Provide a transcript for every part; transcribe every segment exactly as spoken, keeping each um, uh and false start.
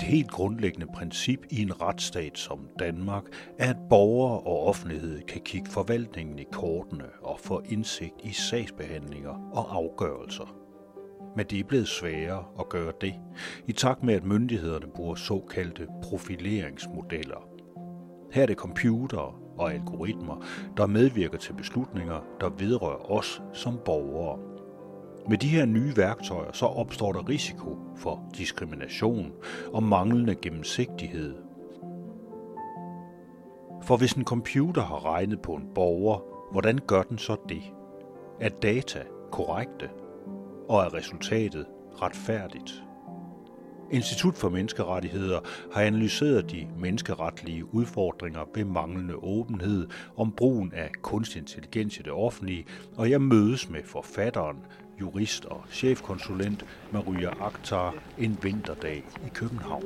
helt grundlæggende princip i en retsstat som Danmark er, at borgere og offentlighed kan kigge forvaltningen i kortene og få indsigt i sagsbehandlinger og afgørelser. Men det er blevet sværere at gøre det, i takt med at myndighederne bruger såkaldte profileringsmodeller. Her er det computere og algoritmer, der medvirker til beslutninger, der vedrører os som borgere. Med de her nye værktøjer så opstår der risiko for diskrimination og manglende gennemsigtighed. For hvis en computer har regnet på en borger, hvordan gør den så det? Er data korrekte? Og er resultatet retfærdigt? Institut for Menneskerettigheder har analyseret de menneskeretlige udfordringer ved manglende åbenhed om brugen af kunstig intelligens i det offentlige, og jeg mødes med forfatteren, jurist og chefkonsulent Maria Akhtar en vinterdag i København.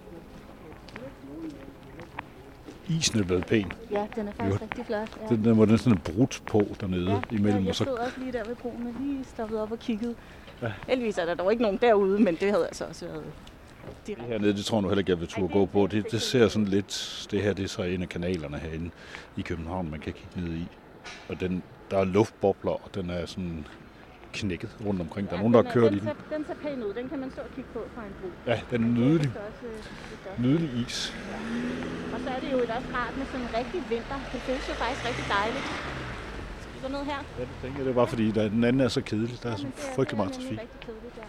Isen er blevet pæn. Ja, den er faktisk jo rigtig flot. Ja. Den, den var den sådan brudt på dernede ja, imellem. Ja, jeg stod og så... også lige der ved broen og lige stoppet op og kigget. Ja. Heldigvis er der dog ikke nogen derude, men det havde altså også været direkte. Det hernede, det tror jeg nu heller ikke, jeg vil turde gå på. Det, det ser sådan lidt, det her det er så en af kanalerne herinde i København, man kan kigge ned i. Og den, der er luftbobler, og den er sådan knækket rundt omkring. Der er ja, nogen, der har kørt i den. Den ser pæn ud, den kan man stå og kigge på fra en bro. Ja, den er nydelig. Nydelig is. Ja. Og så er det jo også rart med sådan en rigtig vinter. Det føles jo faktisk rigtig dejligt. Skal vi gå ned her? Ja, det tænker jeg, det er bare fordi, der, den anden er så kedelig. Der er ja, så frygtelig meget trafik. Ja.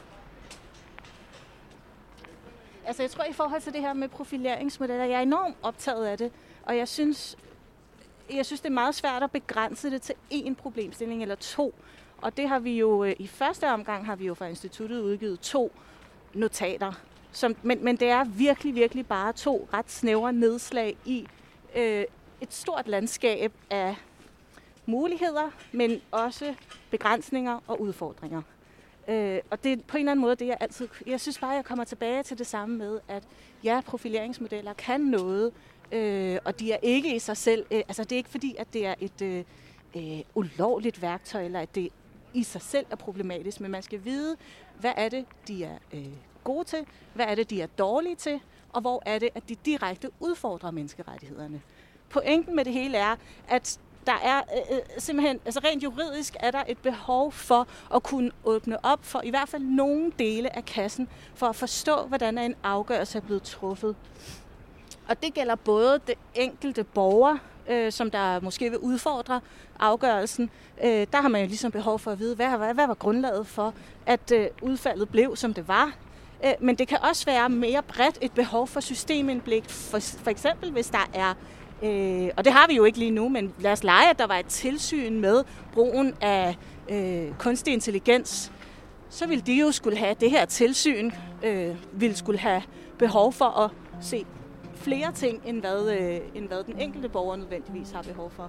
Altså jeg tror i forhold til det her med profileringsmodeller, jeg er enormt optaget af det. Og jeg synes, jeg synes det er meget svært at begrænse det til én problemstilling eller to. Og det har vi jo, i første omgang har vi jo fra instituttet udgivet to notater. Som, men, men det er virkelig, virkelig bare to ret snævre nedslag i øh, et stort landskab af muligheder, men også begrænsninger og udfordringer. Øh, og det er på en eller anden måde det, jeg altid... Jeg synes bare, jeg kommer tilbage til det samme med, at ja, profileringsmodeller kan noget, øh, og de er ikke i sig selv... Øh, altså det er ikke fordi, at det er et øh, øh, ulovligt værktøj, eller at det i sig selv er problematisk, men man skal vide, hvad er det, de er... Øh, gode til, hvad er det, de er dårlige til, og hvor er det, at de direkte udfordrer menneskerettighederne. Pointen med det hele er, at der er øh, simpelthen, altså rent juridisk er der et behov for at kunne åbne op for i hvert fald nogle dele af kassen, for at forstå, hvordan en afgørelse er blevet truffet. Og det gælder både det enkelte borger, øh, som der måske vil udfordre afgørelsen. Øh, der har man jo ligesom behov for at vide, hvad, hvad, hvad var grundlaget for, at øh, udfaldet blev, som det var. Men det kan også være mere bredt et behov for systemindblik. For, for eksempel hvis der er, øh, og det har vi jo ikke lige nu, men lad os lege, at der var et tilsyn med brugen af øh, kunstig intelligens, så ville de jo skulle have det her tilsyn, øh, ville skulle have behov for at se flere ting, end hvad, øh, end hvad den enkelte borger nødvendigvis har behov for.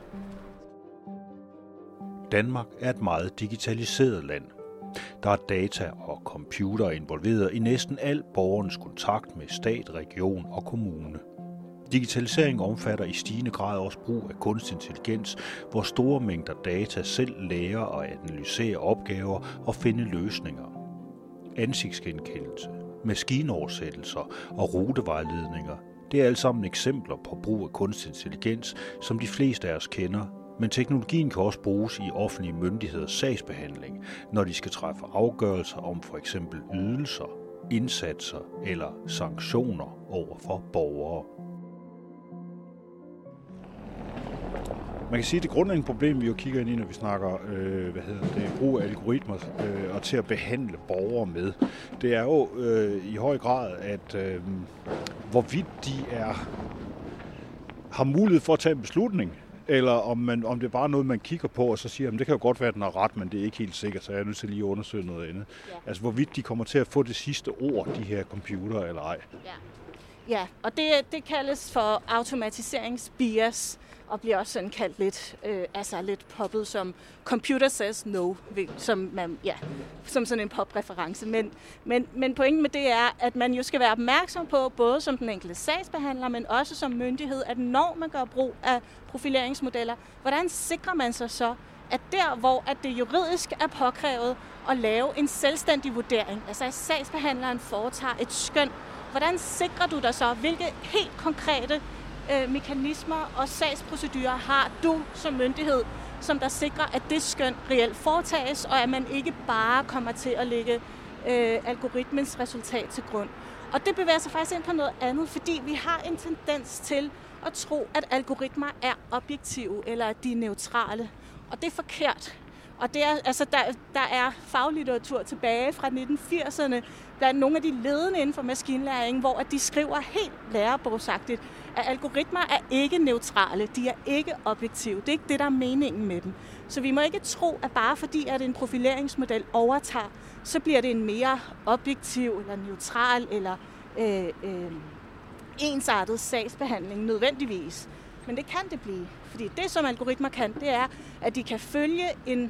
Danmark er et meget digitaliseret land. Der er data og computer involveret i næsten al borgernes kontakt med stat, region og kommune. Digitalisering omfatter i stigende grad også brug af kunstig intelligens, hvor store mængder data selv lærer og analyserer opgaver og finde løsninger. Ansigtsgenkendelse, maskinoversættelser og rutevejledninger, det er alle sammen eksempler på brug af kunstig intelligens, som de fleste af os kender. Men teknologien kan også bruges i offentlige myndigheders sagsbehandling, når de skal træffe afgørelser om for eksempel ydelser, indsatser eller sanktioner over for borgere. Man kan sige, at det grundlæggende problem, vi jo kigger ind i, når vi snakker øh, hvad hedder det, brug af algoritmer øh, og til at behandle borgere med, det er jo øh, i høj grad, at øh, hvorvidt de er, har mulighed for at tage en beslutning, eller om, man, om det er bare noget, man kigger på, og så siger, at det kan jo godt være, at den har ret, men det er ikke helt sikkert, så jeg er nødt til lige at undersøge noget andet. Ja. Altså, hvorvidt de kommer til at få det sidste ord, de her computer, eller ej. Ja, ja og det, det kaldes for automatiseringsbias, og bliver også sådan kaldt lidt, øh, altså lidt poppet som computer says no, som, man, ja, som sådan en popreference. Men, men, men pointen med det er, at man jo skal være opmærksom på, både som den enkelte sagsbehandler, men også som myndighed, at når man gør brug af profileringsmodeller, hvordan sikrer man sig så, at der, hvor at det juridisk er påkrævet at lave en selvstændig vurdering, altså at sagsbehandleren foretager et skøn, hvordan sikrer du dig så, hvilke helt konkrete øh, mekanismer og sagsprocedurer har du som myndighed, som der sikrer, at det skøn reelt foretages, og at man ikke bare kommer til at lægge øh, algoritmens resultat til grund. Og det bevæger sig faktisk ind på noget andet, fordi vi har en tendens til at tro, at algoritmer er objektive, eller at de er neutrale. Og det er forkert. Og det er, altså, der, der er faglitteratur tilbage fra nitten firserne blandt nogle af de ledende inden for maskinlæring, hvor at de skriver helt lærebogsagtigt, at algoritmer er ikke neutrale, de er ikke objektive. Det er ikke det, der er meningen med dem. Så vi må ikke tro, at bare fordi at en profileringsmodel overtager, så bliver det en mere objektiv eller neutral eller øh, øh, ensartet sagsbehandling nødvendigvis. Men det kan det blive. Fordi det, som algoritmer kan, det er, at de kan følge en,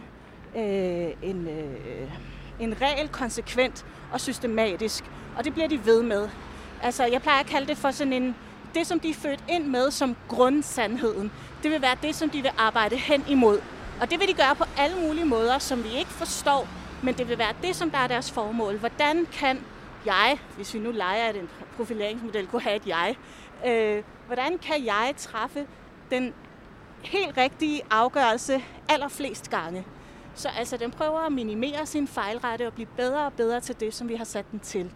øh, en, øh, en regel konsekvent og systematisk. Og det bliver de ved med. Altså, jeg plejer at kalde det for sådan en, det, som de er født ind med som grundsandheden. Det vil være det, som de vil arbejde hen imod. Og det vil de gøre på alle mulige måder, som vi ikke forstår. Men det vil være det, som der er deres formål. Hvordan kan jeg, hvis vi nu leger, at en profileringsmodel kunne have et jeg, øh, hvordan kan jeg træffe den helt rigtige afgørelse allerflest gange? Så altså, den prøver at minimere sin fejlrette og blive bedre og bedre til det, som vi har sat den til.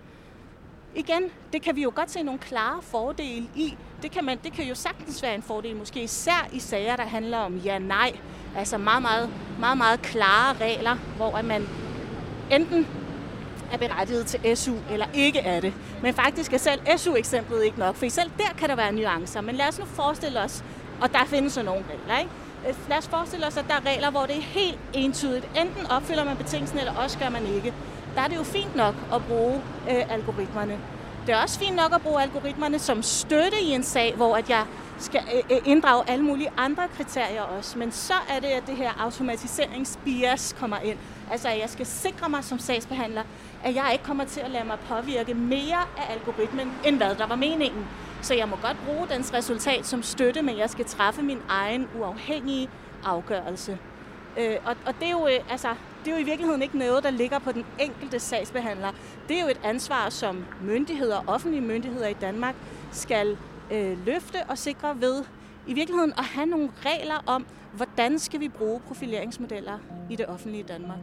Igen, det kan vi jo godt se nogle klare fordele i. Det kan, man, det kan jo sagtens være en fordel, måske især i sager, der handler om ja-nej. Altså meget, meget, meget, meget klare regler, hvor man enten er berettiget til S U eller ikke er det. Men faktisk er selv S U-eksemplet ikke nok, for selv der kan der være nuancer. Men lad os nu forestille os, og der findes så nogle regler, ikke? Lad os forestille os, at der er regler, hvor det er helt entydigt. Enten opfylder man betingelsen, eller også gør man ikke. Der er det jo fint nok at bruge øh, algoritmerne. Det er også fint nok at bruge algoritmerne som støtte i en sag, hvor at jeg skal øh, inddrage alle mulige andre kriterier også. Men så er det, at det her automatiseringsbias kommer ind. Altså, at jeg skal sikre mig som sagsbehandler, at jeg ikke kommer til at lade mig påvirke mere af algoritmen, end hvad der var meningen. Så jeg må godt bruge dens resultat som støtte, men jeg skal træffe min egen uafhængige afgørelse. Øh, og, og det er jo, øh, altså, det er jo i virkeligheden ikke noget, der ligger på den enkelte sagsbehandler. Det er jo et ansvar, som myndigheder, offentlige myndigheder i Danmark, skal øh, løfte og sikre ved i virkeligheden at have nogle regler om, hvordan skal vi bruge profileringsmodeller i det offentlige Danmark.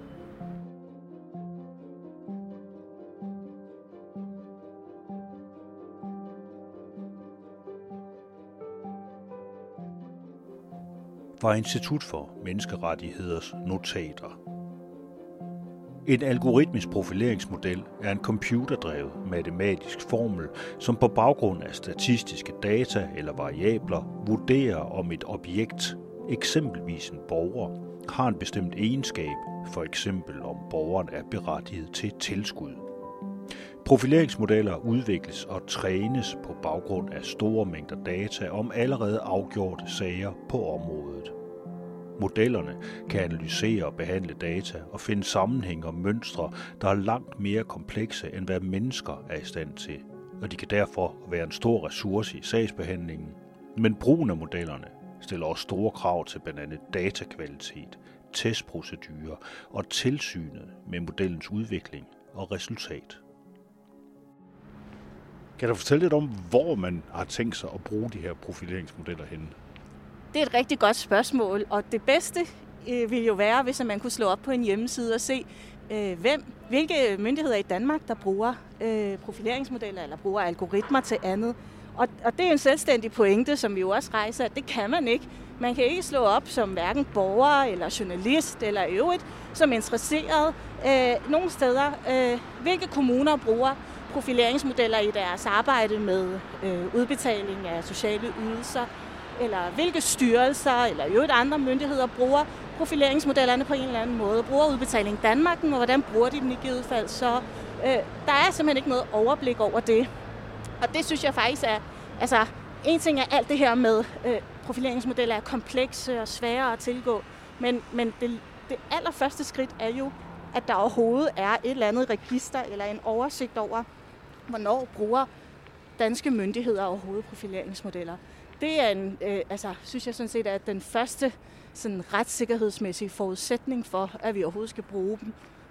Fra Institut for Menneskerettigheders notater. En algoritmisk profileringsmodel er en computerdrevet matematisk formel, som på baggrund af statistiske data eller variabler vurderer, om et objekt, eksempelvis en borger, har en bestemt egenskab, for eksempel om borgeren er berettiget til tilskud. Profileringsmodeller udvikles og trænes på baggrund af store mængder data om allerede afgjorte sager på området. Modellerne kan analysere og behandle data og finde sammenhænge og mønstre, der er langt mere komplekse, end hvad mennesker er i stand til, og de kan derfor være en stor ressource i sagsbehandlingen. Men brugen af modellerne stiller også store krav til blandt andet datakvalitet, testprocedurer og tilsynet med modellens udvikling og resultat. Kan du fortælle lidt om, hvor man har tænkt sig at bruge de her profileringsmodeller henne? Det er et rigtig godt spørgsmål, og det bedste øh, ville jo være, hvis man kunne slå op på en hjemmeside og se, øh, hvem, hvilke myndigheder i Danmark, der bruger øh, profileringsmodeller eller bruger algoritmer til andet. Og, og det er en selvstændig pointe, som vi jo også rejser, at det kan man ikke. Man kan ikke slå op som hverken borger eller journalist eller øvrigt som interesseret øh, nogle steder, øh, hvilke kommuner bruger profileringsmodeller i deres arbejde med øh, udbetaling af sociale ydelser, eller hvilke styrelser eller øvrigt andre myndigheder bruger profileringsmodellerne på en eller anden måde. Bruger Udbetaling Danmark den, og hvordan bruger de den i givet fald? Så øh, der er simpelthen ikke noget overblik over det. Og det synes jeg faktisk er, altså en ting er alt det her med øh, profileringsmodeller er komplekse og svære at tilgå, men, men det, det allerførste skridt er jo, at der overhovedet er et eller andet register eller en oversigt over, hvornår bruger danske myndigheder overhovedet profileringsmodeller. Det er en, øh, altså, synes jeg sådan set er den første sådan, retssikkerhedsmæssige forudsætning for, at vi overhovedet skal bruge dem.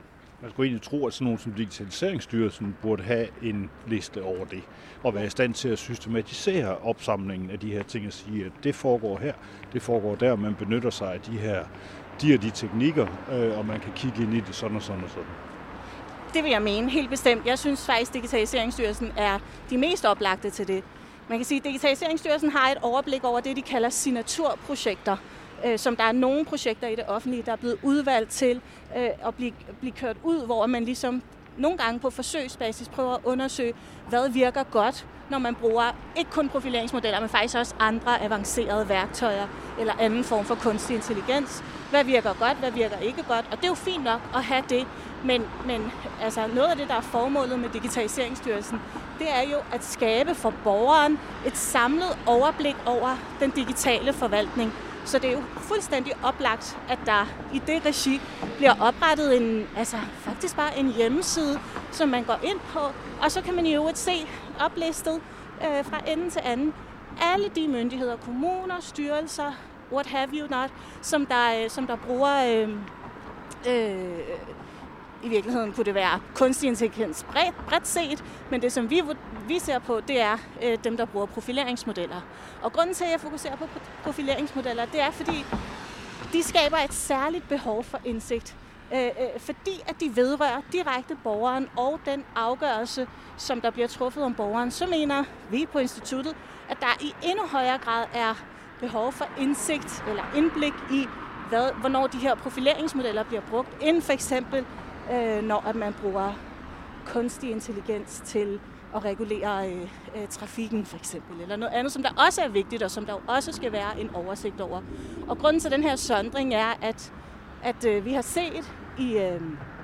Man skulle egentlig tro, at sådan nogen som Digitaliseringsstyrelsen burde have en liste over det, og være i stand til at systematisere opsamlingen af de her ting og sige, at det foregår her, det foregår der, og man benytter sig af de her de og de teknikker, øh, og man kan kigge ind i det sådan og sådan og sådan. Det vil jeg mene, helt bestemt. Jeg synes faktisk, at Digitaliseringsstyrelsen er de mest oplagte til det. Man kan sige, at Digitaliseringsstyrelsen har et overblik over det, de kalder signaturprojekter, øh, som der er nogle projekter i det offentlige, der er blevet udvalgt til øh, at blive, blive kørt ud, hvor man ligesom nogle gange på forsøgsbasis prøver at undersøge, hvad virker godt, når man bruger ikke kun profileringsmodeller, men faktisk også andre avancerede værktøjer eller anden form for kunstig intelligens. Hvad virker godt, hvad virker ikke godt, og det er jo fint nok at have det, men, men altså noget af det, der er formålet med Digitaliseringsstyrelsen, det er jo at skabe for borgeren et samlet overblik over den digitale forvaltning. Så det er jo fuldstændig oplagt, at der i det regi bliver oprettet en, altså faktisk bare en hjemmeside, som man går ind på, og så kan man i øvrigt se oplistet øh, fra ende til anden alle de myndigheder, kommuner, styrelser, what have you not, som der, som der bruger, øh, øh, i virkeligheden kunne det være kunstig intelligens bredt, bredt set, men det som vi, vi ser på, det er øh, dem, der bruger profileringsmodeller. Og grunden til, at jeg fokuserer på profileringsmodeller, det er, fordi de skaber et særligt behov for indsigt. Øh, øh, fordi at de vedrører direkte borgeren og den afgørelse, som der bliver truffet om borgeren, så mener vi på instituttet, at der i endnu højere grad er behov for indsigt eller indblik i, hvad, hvornår de her profileringsmodeller bliver brugt, end for eksempel, øh, når at man bruger kunstig intelligens til at regulere øh, øh, trafikken for eksempel, eller noget andet, som der også er vigtigt, og som der også skal være en oversigt over. Og grunden til den her sondring er, at, at øh, vi har set i, øh,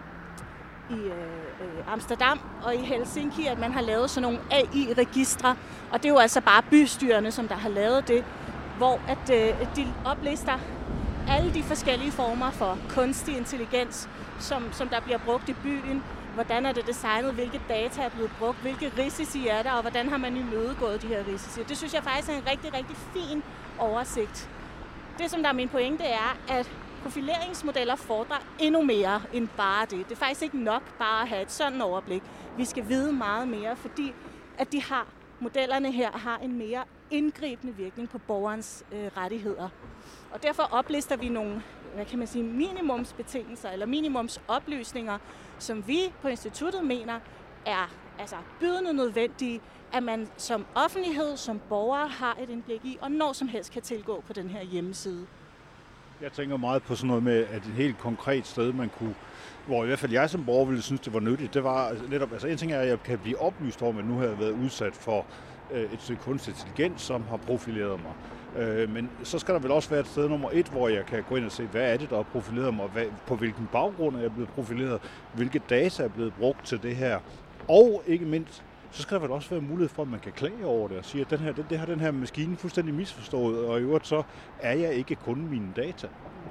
i øh, Amsterdam og i Helsinki, at man har lavet sådan nogle A I-registre, og det er jo altså bare bystyrene, som der har lavet det, hvor at, øh, de oplister alle de forskellige former for kunstig intelligens, som, som der bliver brugt i byen. Hvordan er det designet, hvilke data er blevet brugt, hvilke risici er der, og hvordan har man imødegået de her risici. Det synes jeg faktisk er en rigtig, rigtig fin oversigt. Det, som der er min pointe, er, at profileringsmodeller fordrer endnu mere end bare det. Det er faktisk ikke nok bare at have et sådan overblik. Vi skal vide meget mere, fordi at de har, modellerne her har en mere indgribende virkning på borgerens øh, rettigheder. Og derfor oplister vi nogle, hvad kan man sige, minimumsbetingelser eller minimumsoplysninger, som vi på instituttet mener er altså bydende nødvendige, at man som offentlighed, som borger har et indblik i, og når som helst kan tilgå på den her hjemmeside. Jeg tænker meget på sådan noget med, at et helt konkret sted, man kunne, hvor i hvert fald jeg som borger ville synes, det var nyttigt, det var netop, altså en ting er, at jeg kan blive oplyst om, at nu har jeg været udsat for øh, et stykke kunstig intelligens, som har profileret mig. Øh, men så skal der vel også være et sted nummer et, hvor jeg kan gå ind og se, hvad er det, der har profileret mig, hvad, på hvilken baggrund er jeg blevet profileret, hvilke data er blevet brugt til det her, og ikke mindst, så skal der vel også være mulighed for, at man kan klage over det og sige, at den her, det, det har den her maskine fuldstændig misforstået, og i øvrigt så er jeg ikke kun mine data.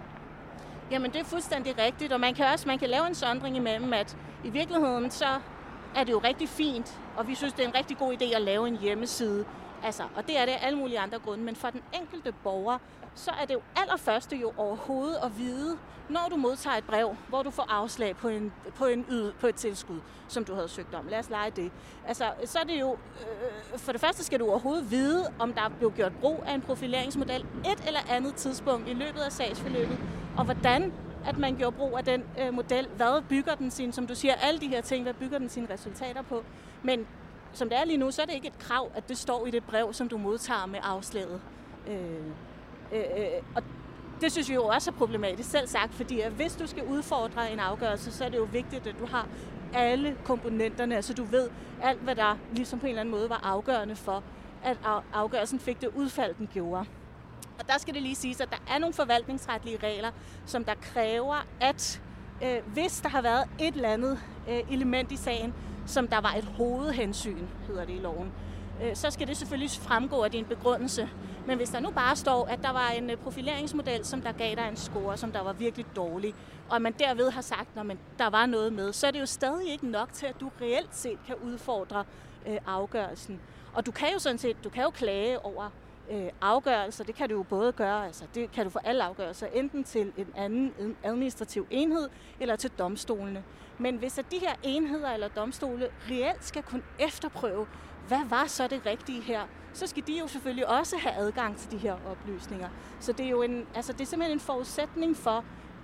Jamen det er fuldstændig rigtigt, og man kan også man kan lave en sondring imellem, at i virkeligheden så er det jo rigtig fint, og vi synes, det er en rigtig god idé at lave en hjemmeside. Altså, og det er det af alle mulige andre grunde, men for den enkelte borger, så er det jo allerførste jo overhovedet at vide, når du modtager et brev, hvor du får afslag på, en, på, en yd, på et tilskud, som du havde søgt om. Lad os lege det. Altså, så er det jo, øh, for det første skal du overhovedet vide, om der er blevet gjort brug af en profileringsmodel et eller andet tidspunkt i løbet af sagsforløbet, og hvordan at man gjorde brug af den øh, model. Hvad bygger den sin, som du siger, alle de her ting, hvad bygger den sine resultater på? Men som det er lige nu, så er det ikke et krav, at det står i det brev, som du modtager med afslaget. Øh, øh, øh, og det synes vi jo også er problematisk, selv sagt, fordi at hvis du skal udfordre en afgørelse, så er det jo vigtigt, at du har alle komponenterne, altså du ved alt, hvad der ligesom på en eller anden måde var afgørende for, at afgørelsen fik det udfald, den gjorde. Og der skal det lige siges, at der er nogle forvaltningsretlige regler, som der kræver, at øh, hvis der har været et eller andet øh, element i sagen, som der var et hovedhensyn, hedder det i loven, øh, så skal det selvfølgelig fremgå af din begrundelse. Men hvis der nu bare står, at der var en profileringsmodel, som der gav dig en score, som der var virkelig dårlig, og man derved har sagt, at der var noget med, så er det jo stadig ikke nok til, at du reelt set kan udfordre øh, afgørelsen. Og du kan jo sådan set, du kan jo klage over øh, afgørelser. Det kan du jo både gøre, altså det kan du få alle afgørelser, enten til en anden administrativ enhed eller til domstolene. Men hvis at de her enheder eller domstole reelt skal kunne efterprøve, hvad var så det rigtige her, så skal de jo selvfølgelig også have adgang til de her oplysninger. Så det er jo en, altså det er simpelthen en forudsætning for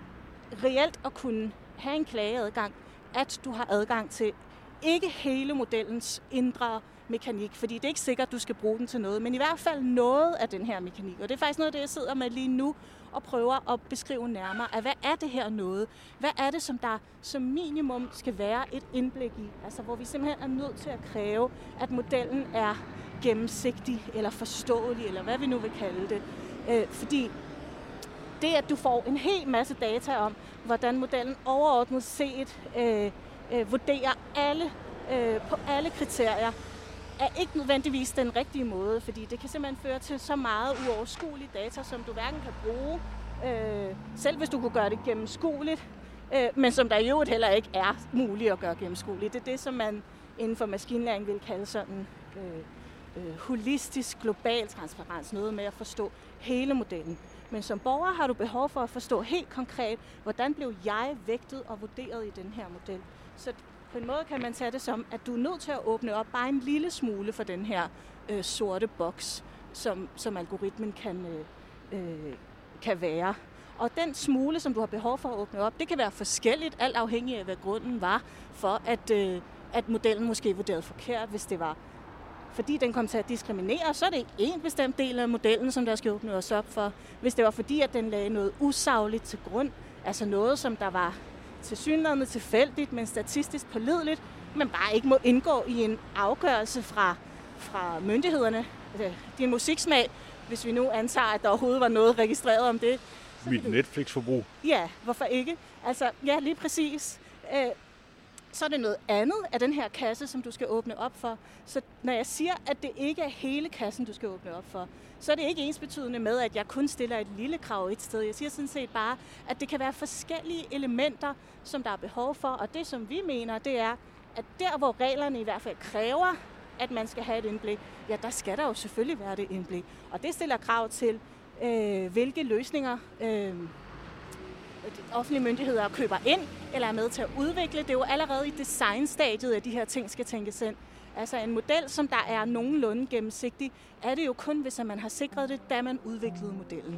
reelt at kunne have en klageadgang, at du har adgang til ikke hele modellens indre mekanik, fordi det er ikke sikkert, at du skal bruge den til noget, men i hvert fald noget af den her mekanik. Og det er faktisk noget af det, jeg sidder med lige nu og prøver at beskrive nærmere, at hvad er det her noget? Hvad er det, som der som minimum skal være et indblik i? Altså hvor vi simpelthen er nødt til at kræve, at modellen er gennemsigtig eller forståelig, eller hvad vi nu vil kalde det. Øh, fordi det, at du får en hel masse data om, hvordan modellen overordnet set øh, øh, vurderer alle øh, på alle kriterier, er ikke nødvendigvis den rigtige måde, fordi det kan simpelthen føre til så meget uoverskuelige data, som du hverken kan bruge, øh, selv hvis du kunne gøre det gennemskueligt, øh, men som der i øvrigt heller ikke er muligt at gøre gennemskueligt. Det er det, som man inden for maskinlæring vil kalde sådan øh, øh, holistisk, global transparens, noget med at forstå hele modellen. Men som borger har du behov for at forstå helt konkret, hvordan blev jeg vægtet og vurderet i den her model. Så på en måde kan man tage det som, at du er nødt til at åbne op bare en lille smule for den her øh, sorte boks, som, som algoritmen kan, øh, øh, kan være. Og den smule, som du har behov for at åbne op, det kan være forskelligt, alt afhængig af, hvad grunden var, for at, øh, at modellen måske vurderede forkert, hvis det var fordi den kom til at diskriminere, så er det en bestemt del af modellen, som der skal åbne os op for. Hvis det var fordi, at den lagde noget usagligt til grund, altså noget, som der var tilsyneladende tilfældigt, men statistisk pålideligt, men bare ikke må indgå i en afgørelse fra, fra myndighederne. Altså, din musiksmag, hvis vi nu antager, at der overhovedet var noget registreret om det. Mit Netflix-forbrug. Ja, hvorfor ikke? Altså, ja, lige præcis. Øh, så er det noget andet af den her kasse, som du skal åbne op for. Så når jeg siger, at det ikke er hele kassen, du skal åbne op for, så er det ikke ensbetydende med, at jeg kun stiller et lille krav et sted. Jeg siger sådan set bare, at det kan være forskellige elementer, som der er behov for. Og det, som vi mener, det er, at der, hvor reglerne i hvert fald kræver, at man skal have et indblik, ja, der skal der jo selvfølgelig være det indblik. Og det stiller krav til, øh, hvilke løsninger øh, offentlige myndigheder køber ind, eller er med til at udvikle. Det er jo allerede i designstadiet, at de her ting skal tænkes ind. Altså en model, som der er nogenlunde gennemsigtig, er det jo kun, hvis man har sikret det, da man udviklede modellen.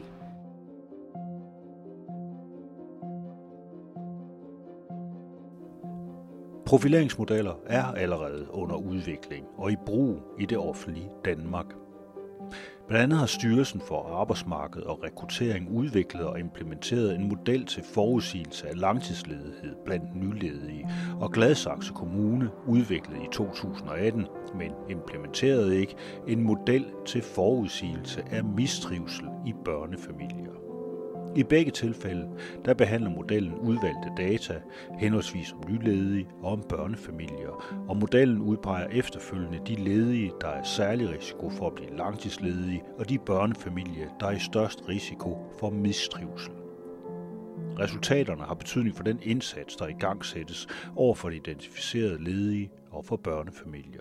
Profileringsmodeller er allerede under udvikling og i brug i det offentlige Danmark. Blandt andet har Styrelsen for Arbejdsmarked og Rekruttering udviklet og implementeret en model til forudsigelse af langtidsledighed blandt nyledige, og Gladsaxe Kommune udviklede i to tusind og atten, men implementerede ikke, en model til forudsigelse af mistrivsel i børnefamilier. I begge tilfælde der behandler modellen udvalgte data, henholdsvis om nyledige og om børnefamilier, og modellen udpeger efterfølgende de ledige, der er særlig risiko for at blive langtidsledige, og de børnefamilier, der er i størst risiko for mistrivsel. Resultaterne har betydning for den indsats, der i gang sættes over for de identificerede ledige og for børnefamilier.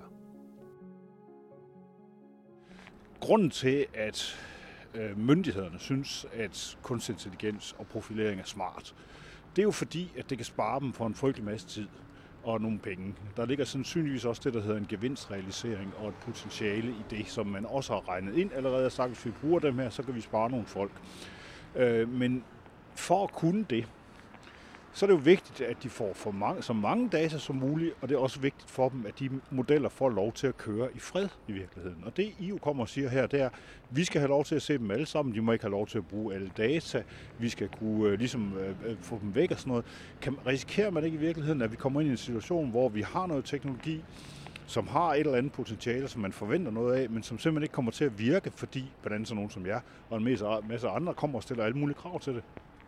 Grunden til, at myndighederne synes, at kunstig intelligens og profilering er smart, det er jo fordi, at det kan spare dem for en frygtelig masse tid og nogle penge. Der ligger sandsynligvis også det, der hedder en gevinstrealisering og et potentiale i det, som man også har regnet ind allerede og sagt, hvis vi bruger dem her, så kan vi spare nogle folk. Men for at kunne det, så er det jo vigtigt, at de får for mange, så mange data som muligt, og det er også vigtigt for dem, at de modeller får lov til at køre i fred i virkeligheden. Og det I jo kommer og siger her, det er, at vi skal have lov til at se dem alle sammen, de må ikke have lov til at bruge alle data, vi skal kunne uh, ligesom uh, få dem væk og sådan noget. Kan, risikerer man ikke i virkeligheden, at vi kommer ind i en situation, hvor vi har noget teknologi, som har et eller andet potentiale, som man forventer noget af, men som simpelthen ikke kommer til at virke, fordi blandt andet sådan nogen som jeg, og en masse, masse andre kommer og stiller alle mulige krav til det?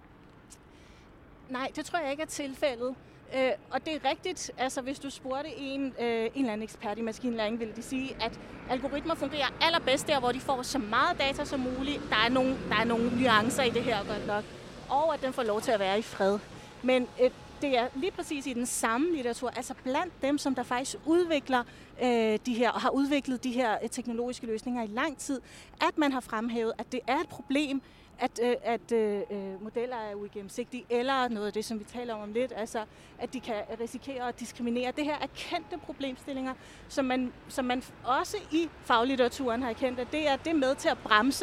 Nej, det tror jeg ikke er tilfældet. Øh, og det er rigtigt, altså hvis du spurgte en, øh, en eller anden ekspert i maskinlæring, ville de sige, at algoritmer fungerer allerbedst der, hvor de får så meget data som muligt. Der er nogle, der er nogle nuancer i det her godt nok, og at den får lov til at være i fred. Men øh, det er lige præcis i den samme litteratur, altså blandt dem, som der faktisk udvikler øh, de her, og har udviklet de her øh, teknologiske løsninger i lang tid, at man har fremhævet, at det er et problem, at, øh, at øh, modeller er uigennemsigtige, eller noget af det, som vi taler om om lidt, altså at de kan risikere at diskriminere. Det her er kendte problemstillinger, som man, som man også i faglitteraturen har erkendt, at det er det med til at bremse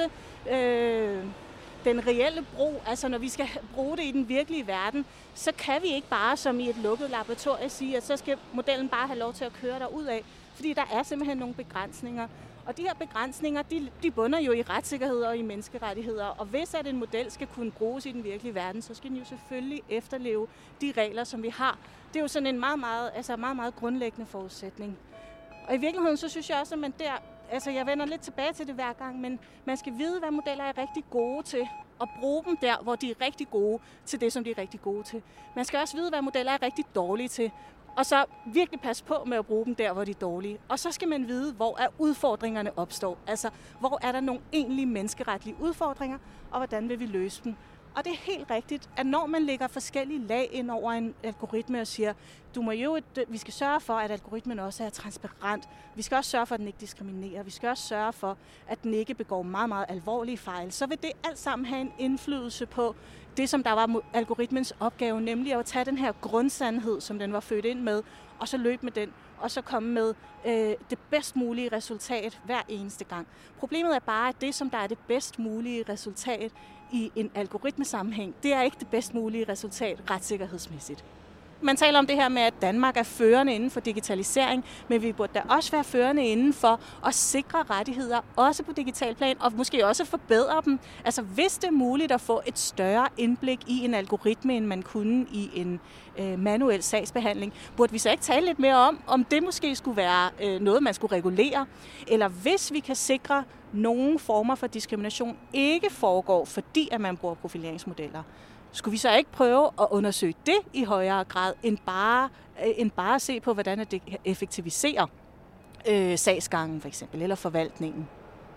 øh, den reelle brug. Altså når vi skal bruge det i den virkelige verden, så kan vi ikke bare som i et lukket laboratorium sige, at så skal modellen bare have lov til at køre derudad, fordi der er simpelthen nogle begrænsninger. Og de her begrænsninger, de, de bunder jo i retssikkerhed og i menneskerettigheder. Og hvis at en model skal kunne bruges i den virkelige verden, så skal den jo selvfølgelig efterleve de regler, som vi har. Det er jo sådan en meget, meget, altså meget, meget grundlæggende forudsætning. Og i virkeligheden, så synes jeg også, at man der, altså jeg vender lidt tilbage til det hver gang, men man skal vide, hvad modeller er rigtig gode til, og bruge dem der, hvor de er rigtig gode til det, som de er rigtig gode til. Man skal også vide, hvad modeller er rigtig dårlige til, og så virkelig passe på med at bruge dem der, hvor de er dårlige. Og så skal man vide, hvor er udfordringerne opstår. Altså, hvor er der nogle egentlige menneskeretlige udfordringer, og hvordan vil vi løse dem. Og det er helt rigtigt, at når man lægger forskellige lag ind over en algoritme og siger, du må jo, vi skal sørge for, at algoritmen også er transparent. Vi skal også sørge for, at den ikke diskriminerer. Vi skal også sørge for, at den ikke begår meget, meget alvorlige fejl. Så vil det alt sammen have en indflydelse på det, som der var algoritmens opgave, nemlig at tage den her grundsandhed, som den var født ind med, og så løbe med den, og så komme med øh, det bedst mulige resultat hver eneste gang. Problemet er bare, at det, som der er det bedst mulige resultat i en algoritmesammenhæng, det er ikke det bedst mulige resultat retssikkerhedsmæssigt. Man taler om det her med, at Danmark er førende inden for digitalisering, men vi burde da også være førende inden for at sikre rettigheder, også på digital plan, og måske også forbedre dem. Altså hvis det er muligt at få et større indblik i en algoritme, end man kunne i en øh, manuel sagsbehandling, burde vi så ikke tale lidt mere om, om det måske skulle være øh, noget, man skulle regulere, eller hvis vi kan sikre, nogle former for diskrimination ikke foregår, fordi at man bruger profileringsmodeller. Skulle vi så ikke prøve at undersøge det i højere grad, end bare, end bare at se på, hvordan det effektiviserer øh, sagsgangen for eksempel, eller forvaltningen?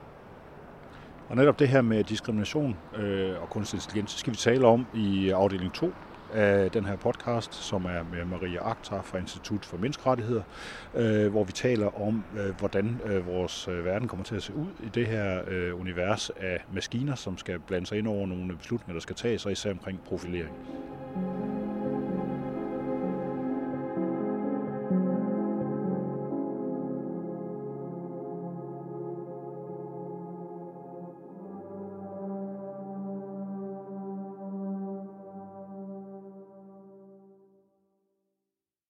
Og netop det her med diskrimination øh, og kunstig intelligens, skal vi tale om i afdeling to af den her podcast, som er med Maria Akhtar fra Institut for Menneskerettigheder, øh, hvor vi taler om, øh, hvordan øh, vores øh, verden kommer til at se ud i det her øh, univers af maskiner, som skal blande sig ind over nogle beslutninger, der skal tages, og især omkring profilering.